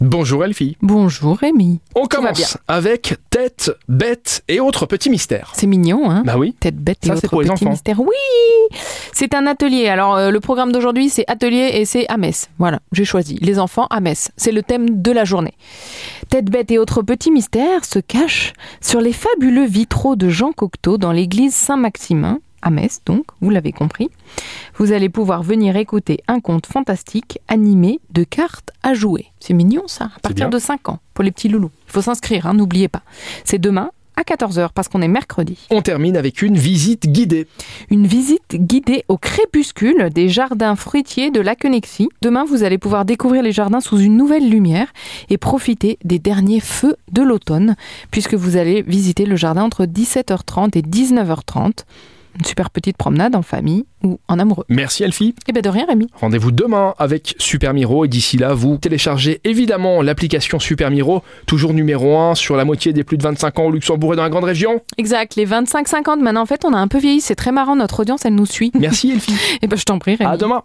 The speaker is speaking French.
Bonjour Elfie. Bonjour Rémi. On commence avec tête, bête et autres petits mystères. C'est mignon, hein? Bah oui. Tête bête et Ça, autres c'est pour les petits enfants. mystères. Oui! C'est un atelier. Alors, le programme d'aujourd'hui, c'est atelier et c'est à Metz. Voilà, j'ai choisi. Les enfants à Metz. C'est le thème de la journée. Tête bête et autres petits mystères se cachent sur les fabuleux vitraux de Jean Cocteau dans l'église Saint-Maximin, à Metz donc, vous l'avez compris. Vous allez pouvoir venir écouter un conte fantastique animé de cartes à jouer. C'est mignon ça, à partir de 5 ans, pour les petits loulous. Il faut s'inscrire, hein, n'oubliez pas. C'est demain à 14h parce qu'on est mercredi. On termine avec une visite guidée. Une visite guidée au crépuscule des jardins fruitiers de Laquenexy. Demain, vous allez pouvoir découvrir les jardins sous une nouvelle lumière et profiter des derniers feux de l'automne, puisque vous allez visiter le jardin entre 17h30 et 19h30. Une super petite promenade en famille ou en amoureux. Merci Elfie. Et bien de rien Rémi. Rendez-vous demain avec Super Miro et d'ici là, vous téléchargez évidemment l'application Super Miro, toujours numéro 1 sur la moitié des plus de 25 ans au Luxembourg et dans la grande région. Exact, les 25-50 maintenant en fait on a un peu vieilli, c'est très marrant, notre audience elle nous suit. Merci Elfie. Et ben je t'en prie Rémi. À demain.